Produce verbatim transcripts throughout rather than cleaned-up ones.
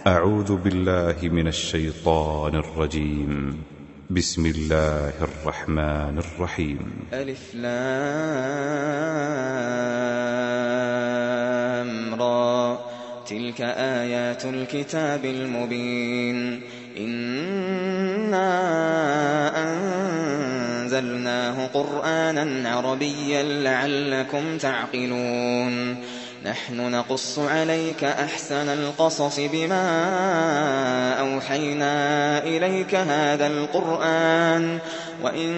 أعوذ بالله من الشيطان الرجيم. بسم الله الرحمن الرحيم. ألف لام را تلك آيات الكتاب المبين إنا أنزلناه قرآنا عربيا لعلكم تعقلون نحن نقص عليك أحسن القصص بما أوحينا إليك هذا القرآن وإن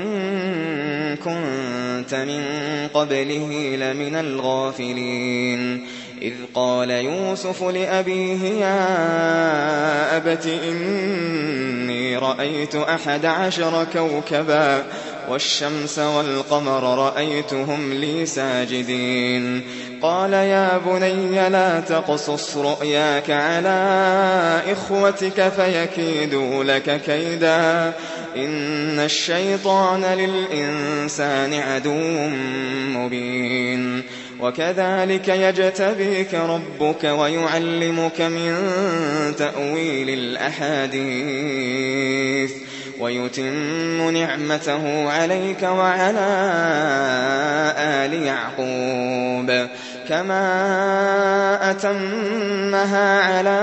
كنت من قبله لمن الغافلين إذ قال يوسف لأبيه يا أبت إني رأيت أحد عشر كوكبا والشمس والقمر رأيتهم لي ساجدين قال يا بني لا تقصص رؤياك على إخوتك فيكيدوا لك كيدا إن الشيطان للإنسان عدو مبين وكذلك يجتبيك ربك ويعلمك من تأويل الأحاديث ويتم نعمته عليك وعلى آل يعقوب كما أتمها على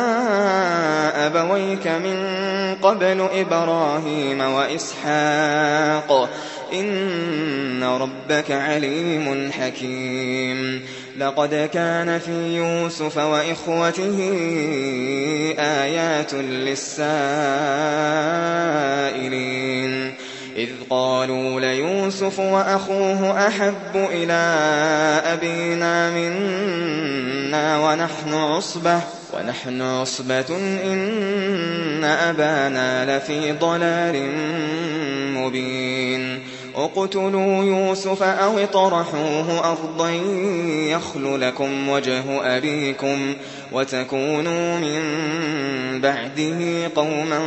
أبويك من قبل إبراهيم وإسحاق إن ربك عليم حكيم لقد كان في يوسف وإخوته آيات للسائلين إذ قالوا ليوسف وأخوه أحب إلى أبينا منا ونحن عصبة ونحن عصبة إن أبانا لفي ضلال مبين اقتلوا يوسف أو اطرحوه أرضا يخل لكم وجه أبيكم وتكونوا من بعده قوما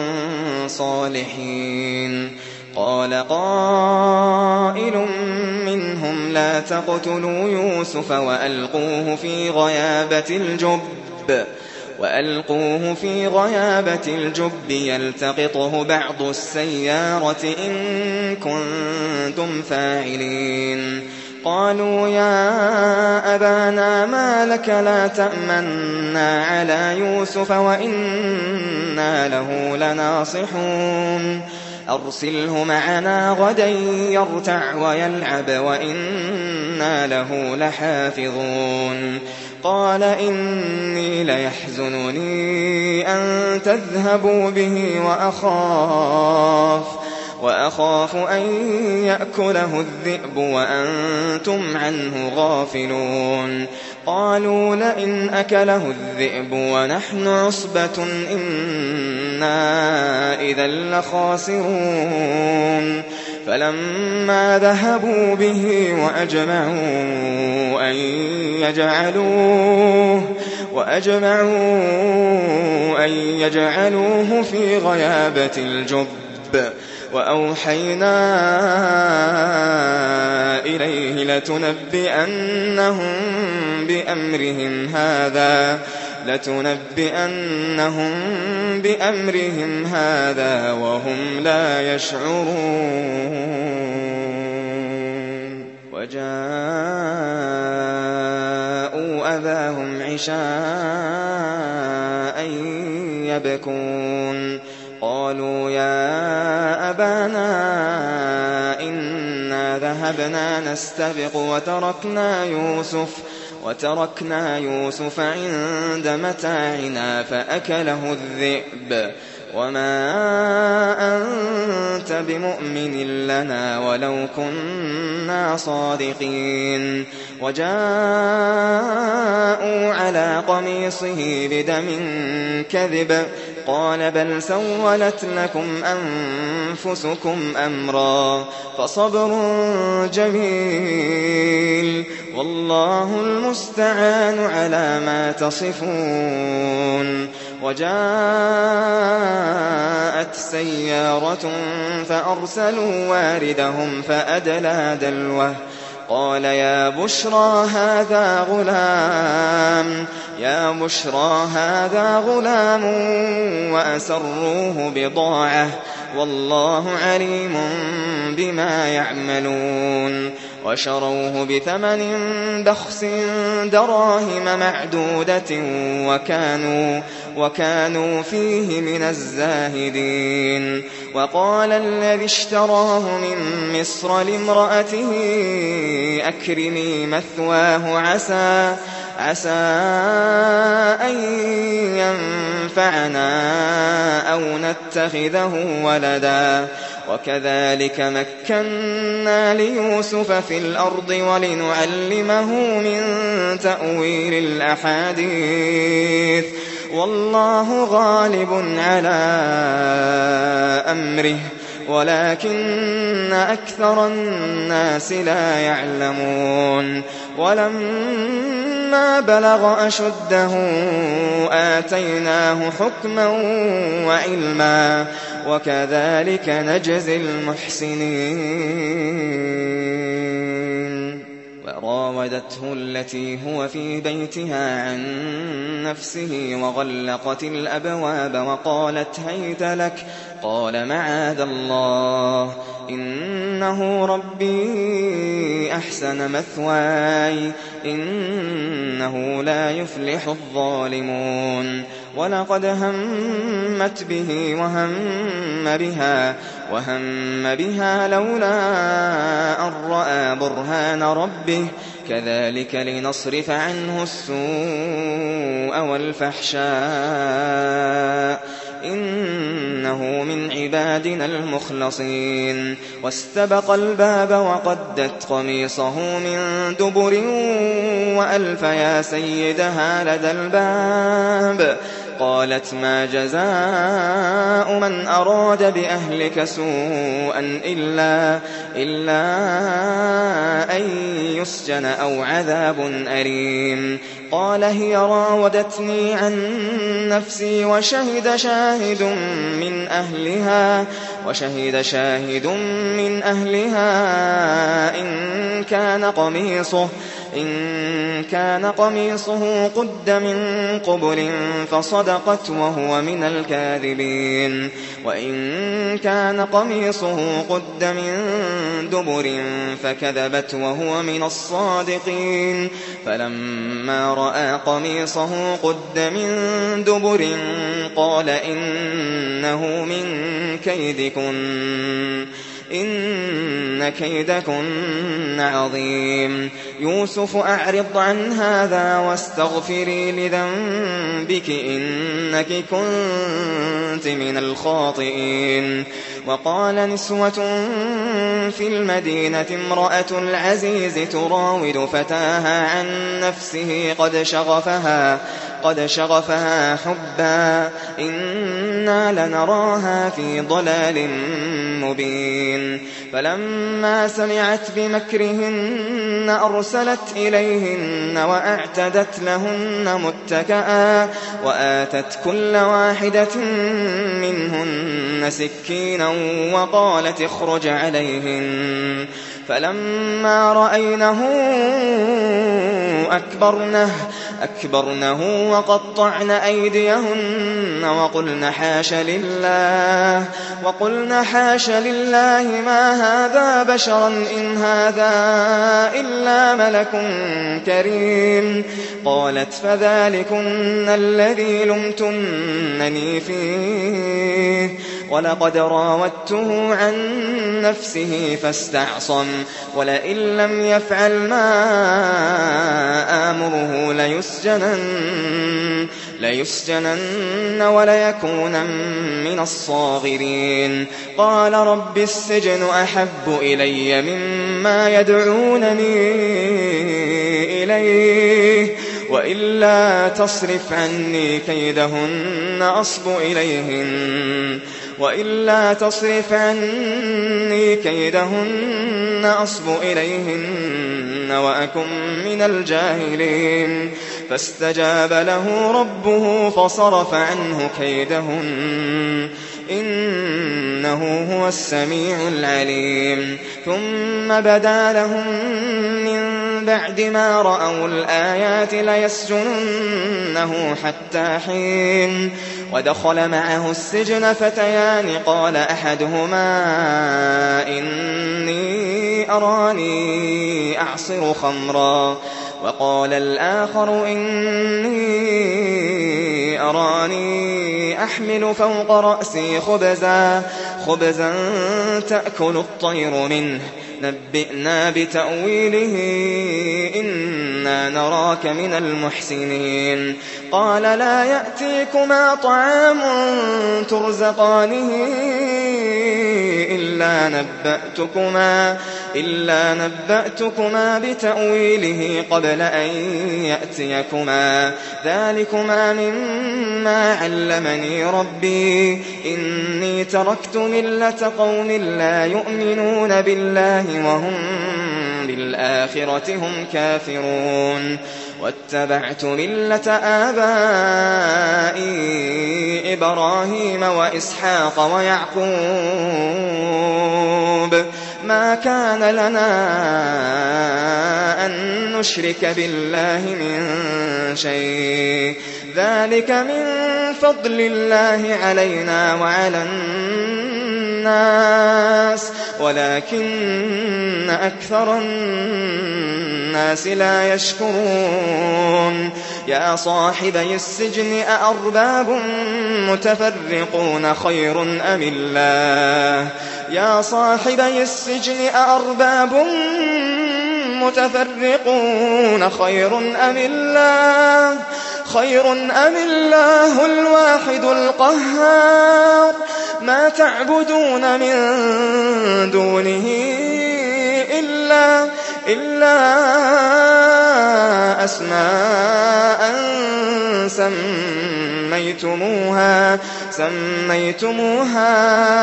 صالحين قال قائل منهم لا تقتلوا يوسف وألقوه في غيابة الجب وألقوه في غيابة الجب يلتقطه بعض السيارة إن كنتم فاعلين قالوا يا أبانا ما لك لا تأمنا على يوسف وإنا له لناصحون أرسله معنا غدا يرتع ويلعب وإنا له لحافظون قال إني ليحزنني أن تذهبوا به وأخاف وأخاف أن يأكله الذئب وأنتم عنه غافلون قالوا لئن أكله الذئب ونحن عصبة إنا إذا لخاسرون فلما ذهبوا به وأجمعوا أن يجعلوه وأجمعوا أن يجعلوه في غيابة الجب وأوحينا إليه لتنبئنهم بأمرهم هذا لتنبئنهم بأمرهم هذا وهم لا يشعرون وجاءوا أباهم عشاء يبكون قالوا يا أبانا إنا ذهبنا نستبق وتركنا يوسف وتركنا يوسف عند متاعنا فأكله الذئب وما أنت بمؤمن لنا ولو كنا صادقين وجاءوا على قميصه بدم كذب قال بل سولت لكم أنفسكم أمرا فصبر جميل والله المستعان على ما تصفون وجاءت سيارة فأرسلوا واردهم فأدلى دلوه قال يا بشرى هذا غلام يا بشرى هذا غلام وأسروه بضاعة والله عليم بما يعملون وشروه بثمن بخس دراهم معدودة وكانوا, وكانوا فيه من الزاهدين وقال الذي اشتراه من مصر لامرأته أكرمي مثواه عسى عسى أن ينفعنا أو نتخذه ولدا وكذلك مكنا ليوسف في الأرض ولنعلمه من تأويل الأحاديث والله غالب على أمره ولكن أكثر الناس لا يعلمون ولما بلغ أشده آتيناه حكما وعلما وكذلك نجزي المحسنين وراودته التي هو في بيتها عن نفسه وغلقت الأبواب وقالت هيت لك قال معاذ الله إنه ربي أحسن مثواي إنه لا يفلح الظالمون ولقد همت به وهم بها وهم بها لولا أن رأى برهان ربه كذلك لنصرف عنه السوء والفحشاء إنه من عبادنا المخلصين واستبق الباب وقدت قميصه من دبر وألف يا سيدها لدى الباب قالت ما جزاء من أراد بأهلك سوءا إلا, إلا أن يسجن أو عذاب أليم قال هي راودتني عن نفسي وشهد شاهد من أهلها وشهد شاهد من أهلها إن كان قميصه إن كان قميصه قد من قبل فصدقت وهو من الكاذبين وإن كان قميصه قد من دبر فكذبت وهو من الصادقين فلما رأى قميصه قد من دبر قال إنه من كيدكن إن كيدكن عظيم يوسف أعرض عن هذا واستغفري لذنبك إنك كنت من الخاطئين وقال نسوة في المدينة امرأة العزيز تراود فتاها عن نفسه قد شغفها قد شغفها حبا إنا لنراها في ضلال مبين فلما سمعت بمكرهن أرسلت إليهن وأعتدت لهن متكئا وآتت كل واحدة منهن سكينا وقالت اخرج عليهن فلما رأينه أكبرنه, أكبرنه وقطعن أيديهن وقلن حاش لله, وقلن حاش لله ما هذا بشرا إن هذا إلا ملك كريم قالت فذلكن الذي لمتنني فيه ولقد راودته عن نفسه فاستعصم ولئن لم يفعل ما آمره ليسجنن, ليسجنن وليكون من الصاغرين قال رب السجن أحب إلي مما يدعونني إليه وإلا تصرف عني كيدهن أصب إليهن وإلا تصرف عني كيدهن أصب إليهن وأكن من الجاهلين فاستجاب له ربه فصرف عنه كيدهن إنه هو السميع العليم ثم بدا لهم من بعد ما رأوا الآيات ليسجننه حتى حين ودخل معه السجن فتيان قال أحدهما إني أراني أعصر خمرا وقال الآخر إني أراني أحمل فوق رأسي خبزا خبزا تأكل الطير منه نبئنا بتأويله إنا نراك من المحسنين قال لا يأتيكما طعام ترزقانه إلا نبأتكما إلا نبأتكما بتأويله قبل أن يأتيكما ذلكما مما علمني ربي إني تركت ملة قوم لا يؤمنون بالله وهم بالآخرة هم كافرون واتبعت ملة آبائي إبراهيم وإسحاق ويعقوب ما كان لنا أن نشرك بالله من شيء ذلك من فضل الله علينا وعلى الناس ولكن أكثر الناس لا يشكرون يا صاحبي السجن أأرباب متفرقون خير أم الله يا صاحبي السجن أأرباب متفرقون خير أم الله خير أم الله الواحد القهار ما تعبدون من دونه إلا إلا أسماء سميتموها سميتموها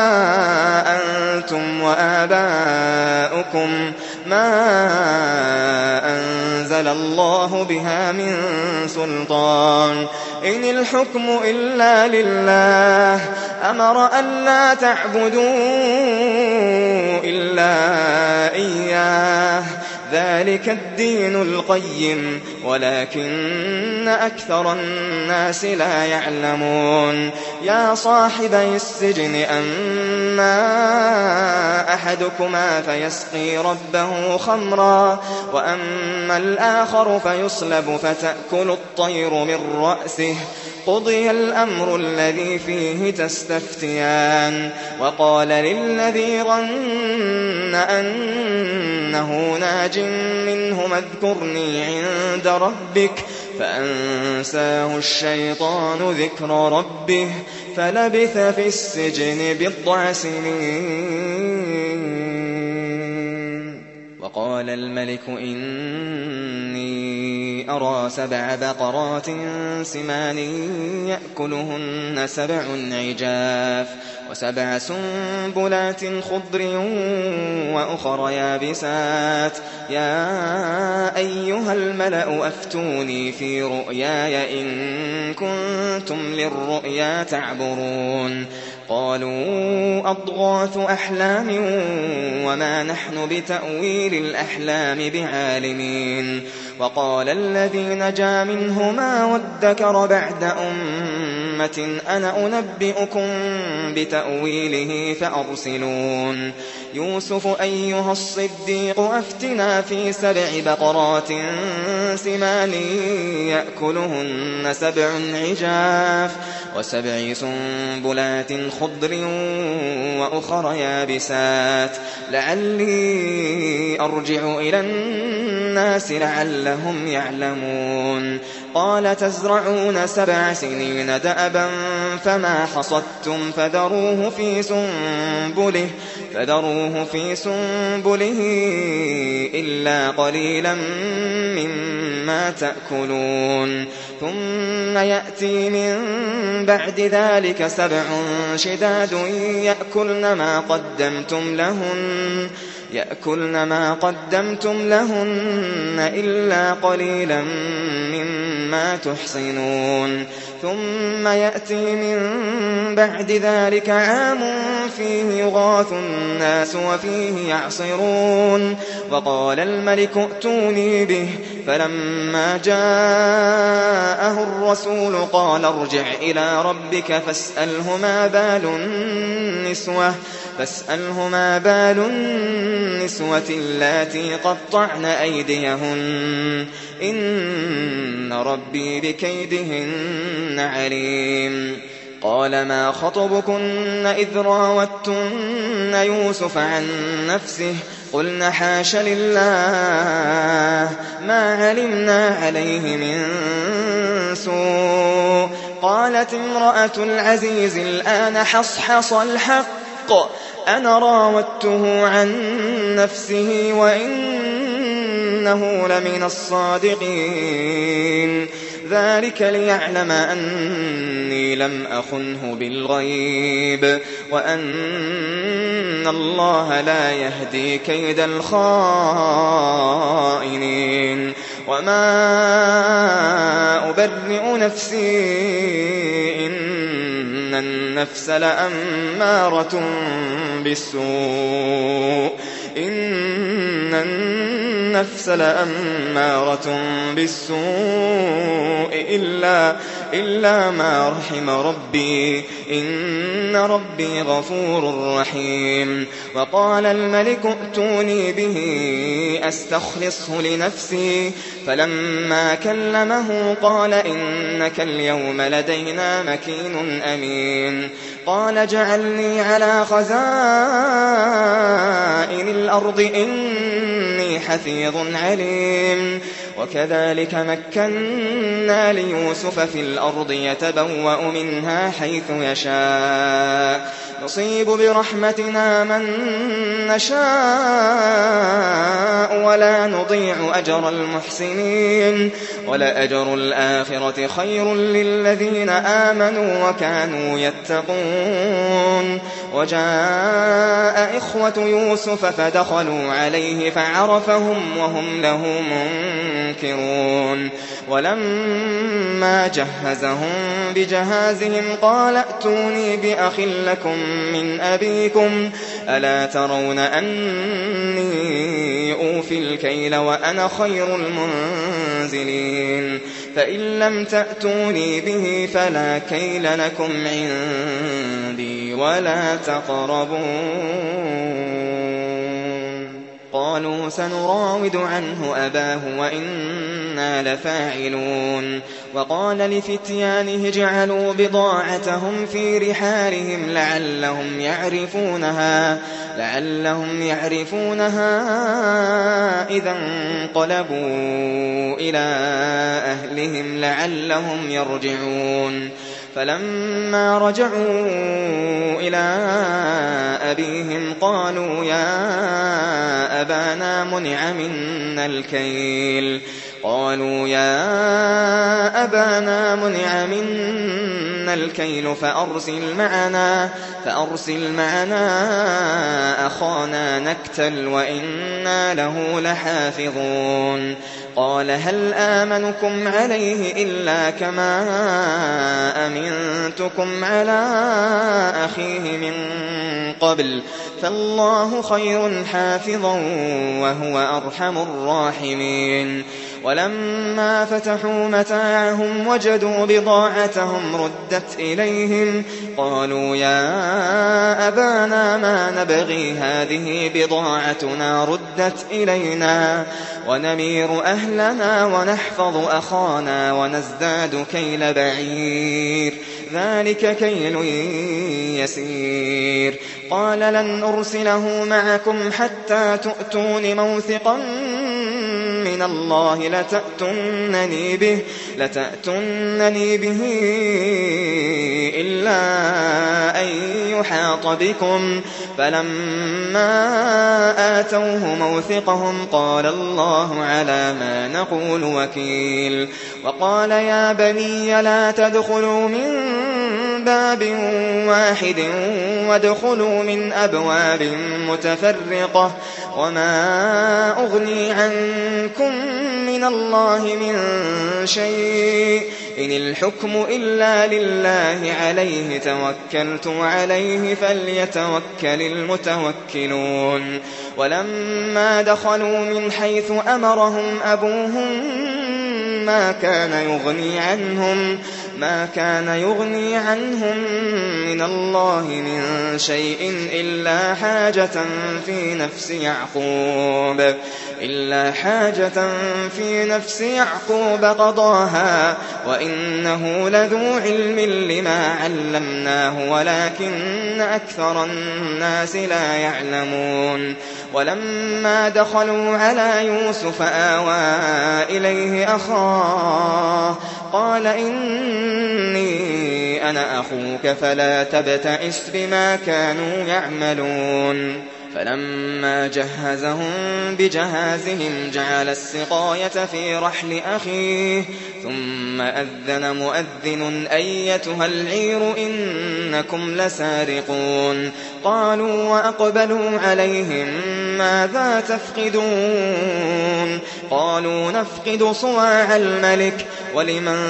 أنتم وآباؤكم ما أنزل الله بها من سلطان إن الحكم إلا لله أمر أن لا تعبدوا إلا إياه ذلك الدين القيم ولكن أكثر الناس لا يعلمون يا صاحبي السجن أما أحدكما فيسقي ربه خمرا وأما الآخر فيصلب فتأكل الطير من رأسه قضي الأمر الذي فيه تستفتيان وقال للذي ظن أنه ناج منهما اذكرني عند ربك فأنساه الشيطان ذكر ربه فلبث في السجن بضع سنين وقال الملك إني أرى سبع بقرات سمان يأكلهن سبع عجاف وسبع سنبلات خضر وأخر يابسات يا أيها الملأ أفتوني في رؤياي إن كنتم للرؤيا تعبرون قالوا أضغاث أحلام وما نحن بتأويل الأحلام بعالمين وقال الذي نجا منهما وادكر بعد أمة أنا أنبئكم بتأويله فأرسلون يوسف أيها الصديق أفتنا في سبع بقرات سمان يأكلهن سبع عجاف وسبع سنبلات خضر وأخر يابسات لعلي أرجع إلى الناس لعلهم يعلمون قال تزرعون سبع سنين دأبا فما حصدتم فذروه في سنبله فذروه في سنبله إلا قليلا مما تأكلون ثم يأتي من بعد ذلك سبع شداد يأكلن ما قدمتم لهن يأكلن ما قدمتم لهن إلا قليلا مما ما تحصنون ثم يأتي من بعد ذلك عام فيه يغاث الناس وفيه يعصرون وقال الملك ائتوني به فلما جاءه الرسول قال ارجع إلى ربك فاسأله ما بال النسوة فاسأله ما بال النسوة اللاتي قطعن أيديهن إن ربي بكيدهن عليم قال ما خطبكن إذ راوتن يوسف عن نفسه قلن حاش لله ما علمنا عليه من سوء قالت امرأة العزيز الآن حصحص الحق أنا راودته عن نفسه وإنه لمن الصادقين ذلك ليعلم أني لم أخنه بالغيب وأن الله لا يهدي كيد الخائنين وما أبرئ نفسي إن النفس لأمارة بالسوء إن النفس لأمارة بالسوء إلا, إلا ما رحم ربي إن ربي غفور رحيم وقال الملك ائتوني به أستخلصه لنفسي فلما كلمه قال إنك اليوم لدينا مكين أمين قال اجعلني على خزائن الأرض إني حفيظ عليم وكذلك مكنا ليوسف في الأرض يتبوأ منها حيث يشاء نصيب برحمتنا من نشاء ولا نضيع أجر المحسنين ولأجر الآخرة خير للذين آمنوا وكانوا يتقون وجاء إخوة يوسف فدخلوا عليه فعرفهم وهم له منكرون ولما جهزهم بجهازهم قال ائتوني بأخ لكم من أبيكم ألا ترون أني أوفي الكيل وأنا خير المنزلين فإن لم تأتوني به فلا كيل لكم عندي ولا تقربون قالوا سنراود عنه أباه وإنا لفاعلون وقال لفتيانه اجعلوا بضاعتهم في رحالهم لعلهم يعرفونها لعلهم يعرفونها إذا انقلبوا إلى أهلهم لعلهم يرجعون فلما رجعوا إلى أبيهم قالوا يا أبانا منع منا الكيل قالوا يا أبانا منع منا الكيل فأرسل معنا فأرسل معنا أخانا نكتل وإنا له لحافظون قال هل آمنكم عليه إلا كما أمنتكم على أخيه من قبل فالله خير حافظا وهو أرحم الراحمين ولما فتحوا متاعهم وجدوا بضاعتهم ردت إليهم قالوا يا أبانا ما نبغي هذه بضاعتنا ردت إلينا ونمير أهلنا ونحفظ أخانا ونزداد كيل بعير ذلك كيل يسير قال لن أرسله معكم حتى تؤتون موثقا من الله لتأتنني به, لتأتنني به إلا أن يحاط بكم فلما آتوه موثقهم قال الله على ما نقول وكيل وقال يا بني لا تدخلوا من باب واحد وادخلوا من أبواب متفرقة وما أغني عنكم من الله من شيء إن الحكم إلا لله عليه توكلت وعليه فليتوكل المتوكلون ولما دخلوا من حيث أمرهم أبوهم ما كان يغني عنهم ما كان يغني عنهم من الله من شيء إلا حاجة في نفس يعقوب إلا حاجة في نفس يعقوب قضاها وإنه لذو علم لما علمناه ولكن أكثر الناس لا يعلمون ولما دخلوا على يوسف آوى إليه أخاه قال إني أنا أخوك فلا تبتئس بما كانوا يعملون فلما جهزهم بجهازهم جعل السقاية في رحل أخيه ثم أذن مؤذن أيتها العير إنكم لسارقون قالوا وأقبلوا عليهم ماذا تفقدون قالوا نفقد صواع الملك ولمن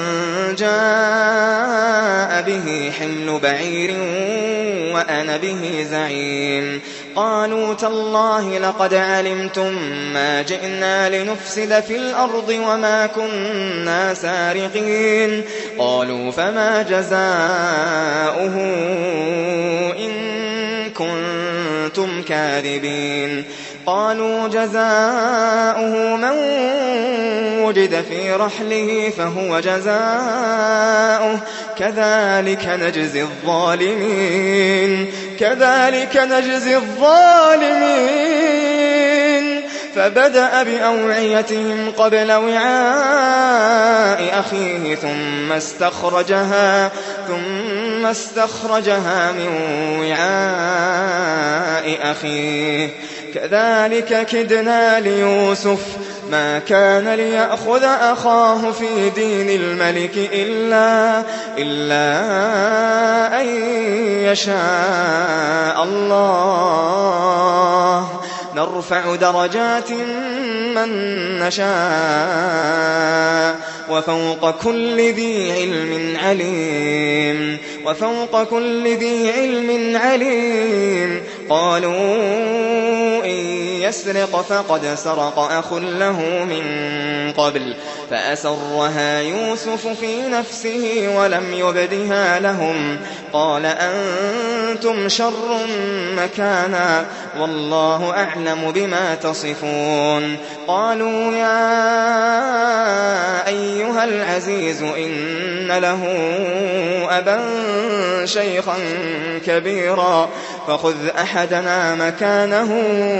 جاء به حمل بعير وأنا به زعيم قالوا تالله لقد علمتم ما جئنا لنفسد في الأرض وما كنا سارقين قالوا فما جزاؤه إن كنتم كاذبين قالوا جزاؤه من وجد في رحله فهو جزاؤه كذلك نجزي الظالمين كذلك نجزي الظالمين فبدأ بأوعيتهم قبل وعاء أخيه ثم استخرجها ثم استخرجها من وعاء أخيه كذلك كدنا ليوسف ما كان ليأخذ أخاه في دين الملك إلا, إلا أن يشاء الله نرفع درجات من نشاء وفوق كل ذي علم عليم وفوق كل ذي علم عليم قالوا إن يسرق فقد سرق أخ له من قبل فأسرها يوسف في نفسه ولم يبدها لهم قال أنتم شر مكانا والله أعلم بما تصفون قالوا يا أيها العزيز إن له أبا شيخا كبيرا فخذ أحدنا مكانه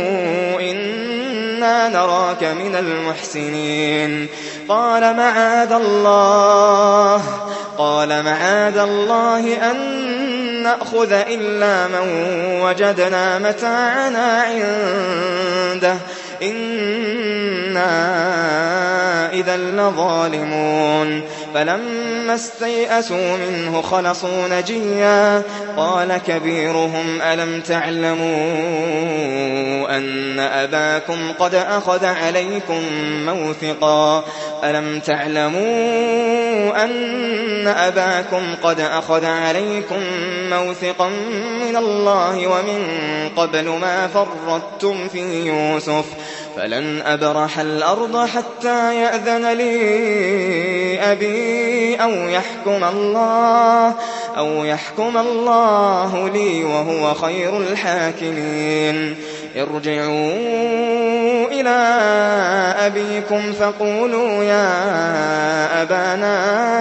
إنا نراك من المحسنين قال معاذ الله قال معاذ الله أن نأخذ إلا من وجدنا متاعنا عنده إنا إذا لظالمون فلما استيئسوا منه خلصوا نجيا قال كبيرهم ألم تعلموا أن أباكم قد أخذ عليكم موثقا ألم تعلموا أن أباكم قد أخذ عليكم موثقا من الله ومن قبل ما فرطتم في يوسف فلن أبرح الأرض حتى يأذن لي أبي أو يحكم الله أو يحكم الله لي وهو خير الحاكمين ارجعوا إلى أبيكم فقولوا يا أبانا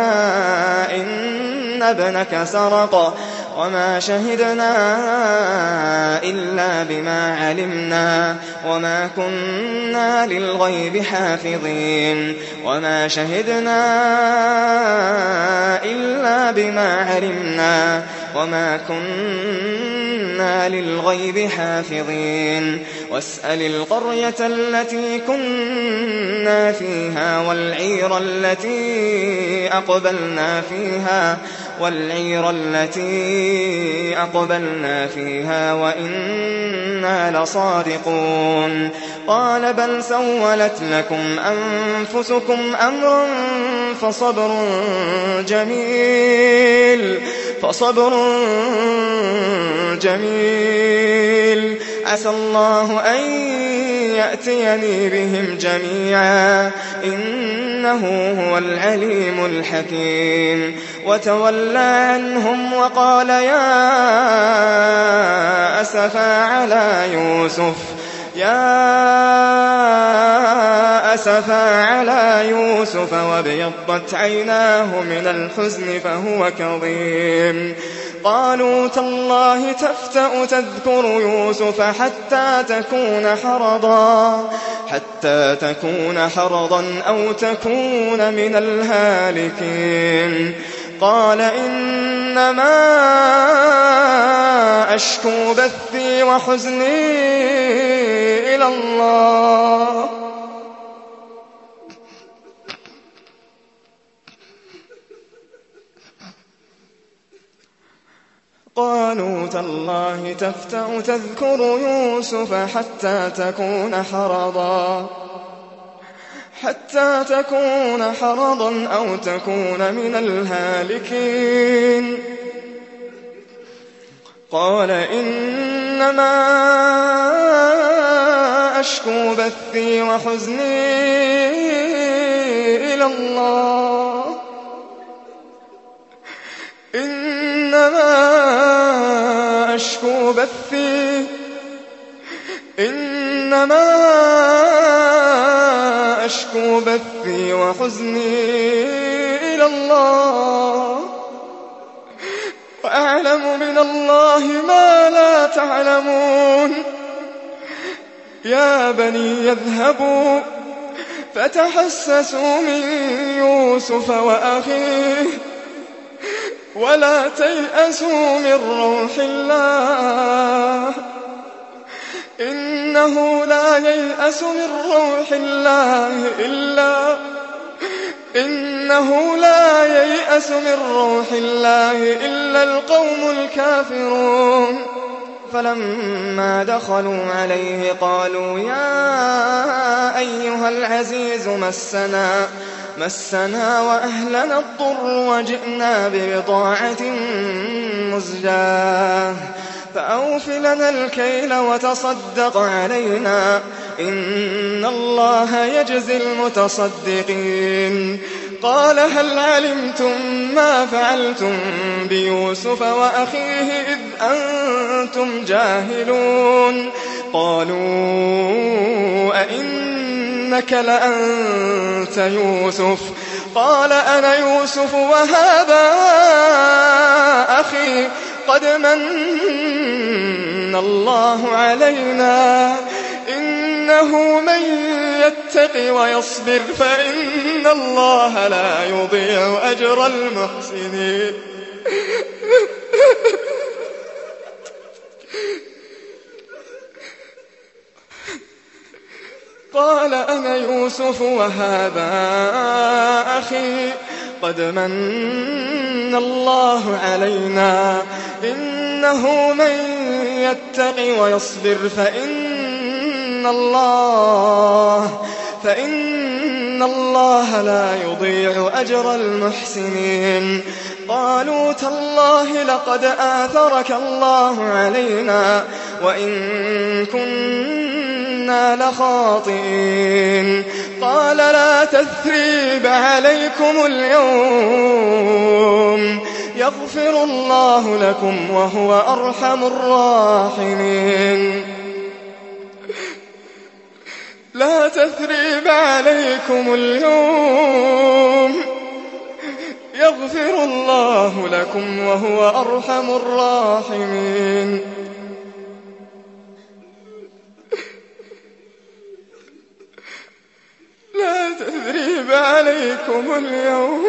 إن ابنك سرق وما شهدنا إلا بما علمنا وما كنا للغيب حافظين وما شهدنا إلا بما علمنا وما كنا للغيب حافظين واسأل القرية التي كنا فيها والعير التي أقبلنا فيها والعير التي أقبلنا فيها وإنا لصادقون قال بل سولت لكم أنفسكم أمرا فصبر جميل فصبر جميل عسى الله أن يأتيني بهم جميعا إنه هو العليم الحكيم وتولى عنهم وقال يا أسفا على يوسف يا أسفا على يوسف وابيضت عيناه من الحزن فهو كظيم قالوا تالله تفتأ تذكر يوسف حتى تكون حرضا حتى تكون حرضا أو تكون من الهالكين قال إنما أشكو بثي وحزني إلى الله قالوا تالله تفتأ تذكر يوسف حتى تكون حرضا حتى تكون حرضا أو تكون من الهالكين قال إنما أشكو بثي وحزني إلى الله إنما أشكو بثي إنما أشكو بثي وحزني إلى الله وأعلم من الله ما لا تعلمون يا بني يذهبوا فتحسسوا من يوسف وأخيه ولا تيأسوا من روح الله إنه لا ييأس من روح الله إلا إنه لا ييأس من روح الله إلا القوم الكافرون فلما دخلوا عليه قالوا يا أيها العزيز مسنا مسنا وأهلنا الضر وجئنا ببضاعة مزجاة فأوف لنا الكيل وتصدق علينا إن الله يجزي المتصدقين قال هل علمتم ما فعلتم بيوسف وأخيه إذ أنتم جاهلون قالوا أئنك لأنت يوسف قال أنا يوسف وهذا أخي قد من الله علينا إنه من يتق ويصبر فإن الله لا يضيع أجر المحسنين قال أنا يوسف وهذا أخي قد من الله علينا إنه من يتق ويصبر فإن الله فإن الله لا يضيع أجر المحسنين قالوا تالله لقد آثرك الله علينا وإن كنا لخاطئين قال لا تثريب عليكم اليوم يغفر الله لكم وهو أرحم الراحمين لا تثريب عليكم اليوم يغفر الله لكم وهو أرحم الراحمين لا تثريب عليكم اليوم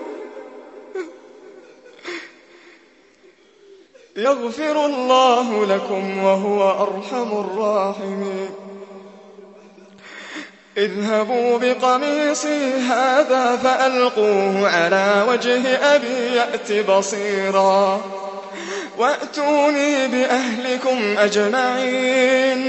يغفر الله لكم وهو أرحم الراحمين اذهبوا بقميصي هذا فألقوه على وجه أبي يأت بصيرا وأتوني بأهلكم أجمعين.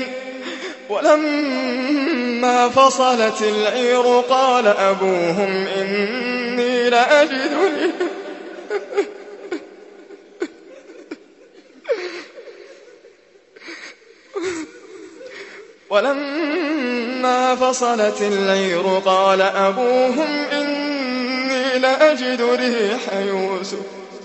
ولما فصلت العير قال أبوهم إني لأجد ريح ولما فصلت العير قال أبوهم إني لأجد ريح يوسف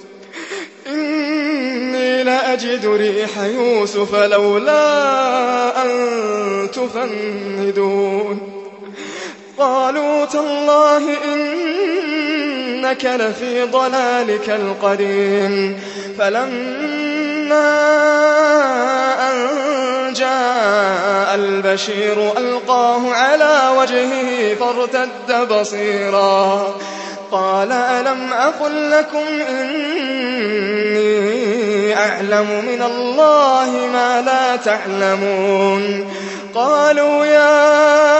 إني لأجد ريح يوسف لولا أن تفندون. قالوا تالله إنك لفي ضلالك القديم. فلما أن جاء البشير ألقاه على وجهه فارتد بصيرا قال ألم أقل لكم إني أعلم من الله ما لا تعلمون. قالوا يا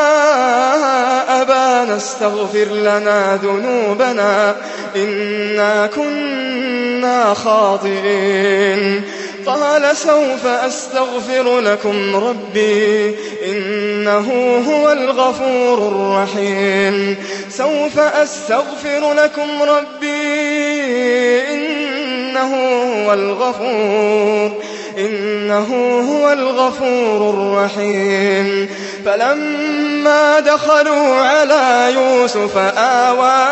أبانا استغفر لنا ذنوبنا إنا كنا خاطئين. قال سوف أستغفر لكم ربي إنه هو الغفور الرحيم. سوف أستغفر لكم ربي إنه هو الغفور إنه هو الغفور الرحيم. فلما دخلوا على يوسف آوى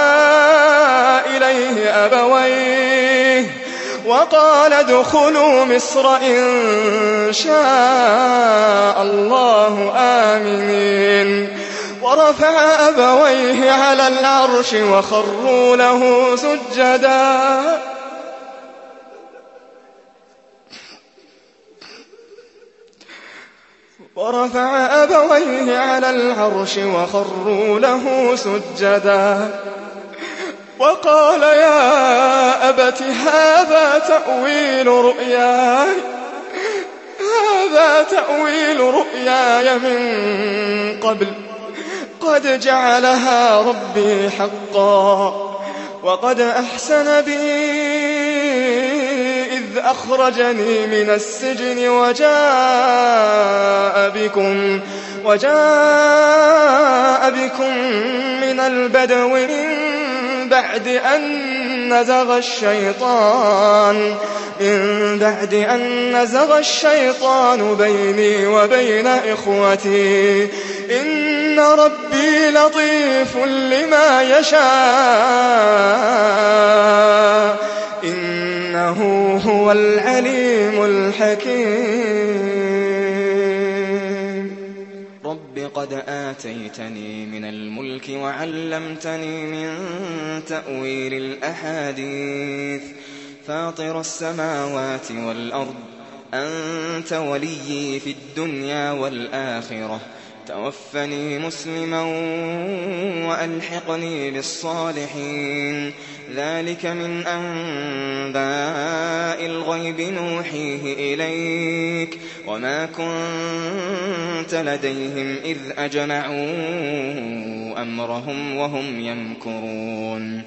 إليه أبويه وقال ادخلوا مصر إن شاء الله آمنين. ورفع أبويه على العرش وخروا له سجدا ورفع أبويه على العرش وخروا له سجدا وقال يا أبت هذا تأويل رؤياي هذا تأويل رؤياي من قبل قد جعلها ربي حقا وقد أحسن بي إذ أخرجني من السجن وجاء بكم وجاء بكم من البدو من بعد أن نزغ الشيطان من بعد أن نزغ الشيطان بيني وبين إخوتي إن ربي لطيف لما يشاء إنه هو العليم الحكيم. رب قد آتيتني من الملك وعلمتني من تأويل الأحاديث فاطر السماوات والأرض أنت وليي في الدنيا والآخرة توفني مسلما وألحقني بالصالحين ذلك من أنباء الغيب نوحيه إليك وما كنت لديهم إذ أجمعوا أمرهم وهم يمكرون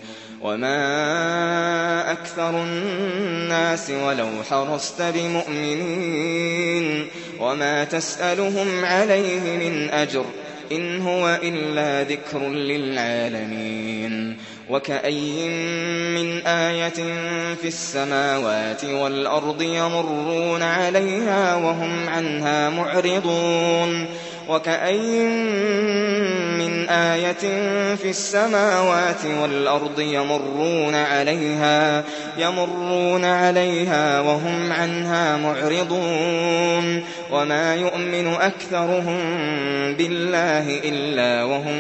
وما أكثر الناس ولو حرصت بمؤمنين وما تسألهم عليه من أجر إن هو إلا ذكر للعالمين. وكأي من آية في السماوات والأرض يمرون عليها وهم عنها معرضون وكأي من آية في السماوات والأرض يمرون عليها يمرون عليها وهم عنها معرضون وما يؤمن أكثرهم بالله إلا وهم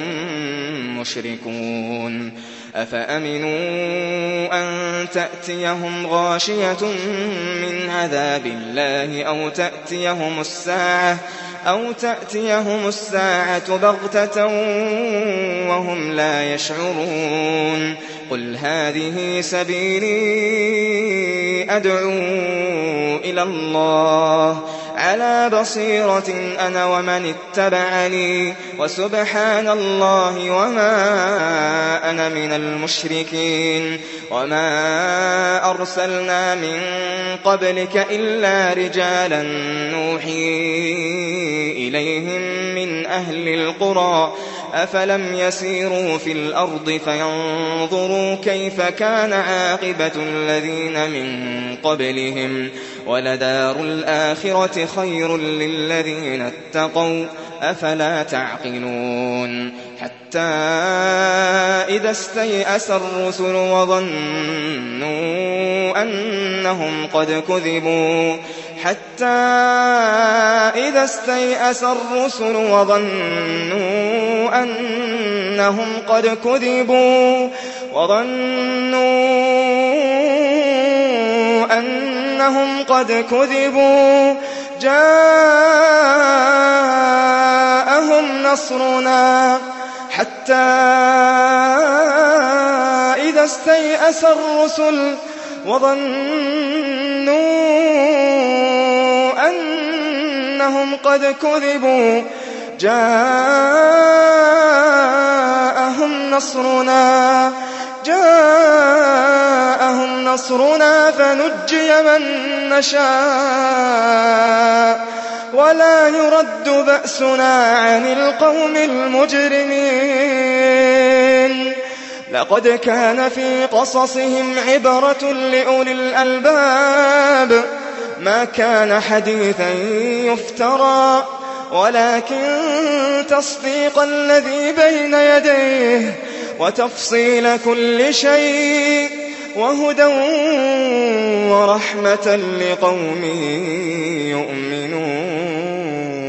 مشركون. أفأمنوا أن تأتيهم غاشية من عذاب الله أو تأتيهم الساعة أو تأتيهم الساعة بغتة وهم لا يشعرون قل هذه سبيلي أدعو إلى الله على بصيرة أنا ومن اتبعني وسبحان الله وما أنا من المشركين وما أرسلنا من قبلك إلا رجالا نوحي إليهم من أهل القرى أفلم يسيروا في الأرض فينظروا كيف كان عاقبة الذين من قبلهم ولدار الآخرة خير للذين اتقوا أفلا تعقلون حتى إذا استيأس الرسل وظنوا أنهم قد كذبوا حتى إذا استيأس الرسل وظنوا أنهم قد كذبوا وظنوا أنهم قد كذبوا جاءهم نصرنا حتى إذا استيأس الرسل وظنوا أنهم قد كذبوا جاءهم نصرنا جاءهم نصرنا فنجي من نشاء ولا يرد بأسنا عن القوم المجرمين لقد كان في قصصهم عبرة لأولي الألباب ما كان حديثا يفترى ولكن تصديق الذي بين يديه وتفصيل كل شيء وهدى ورحمة لقوم يؤمنون.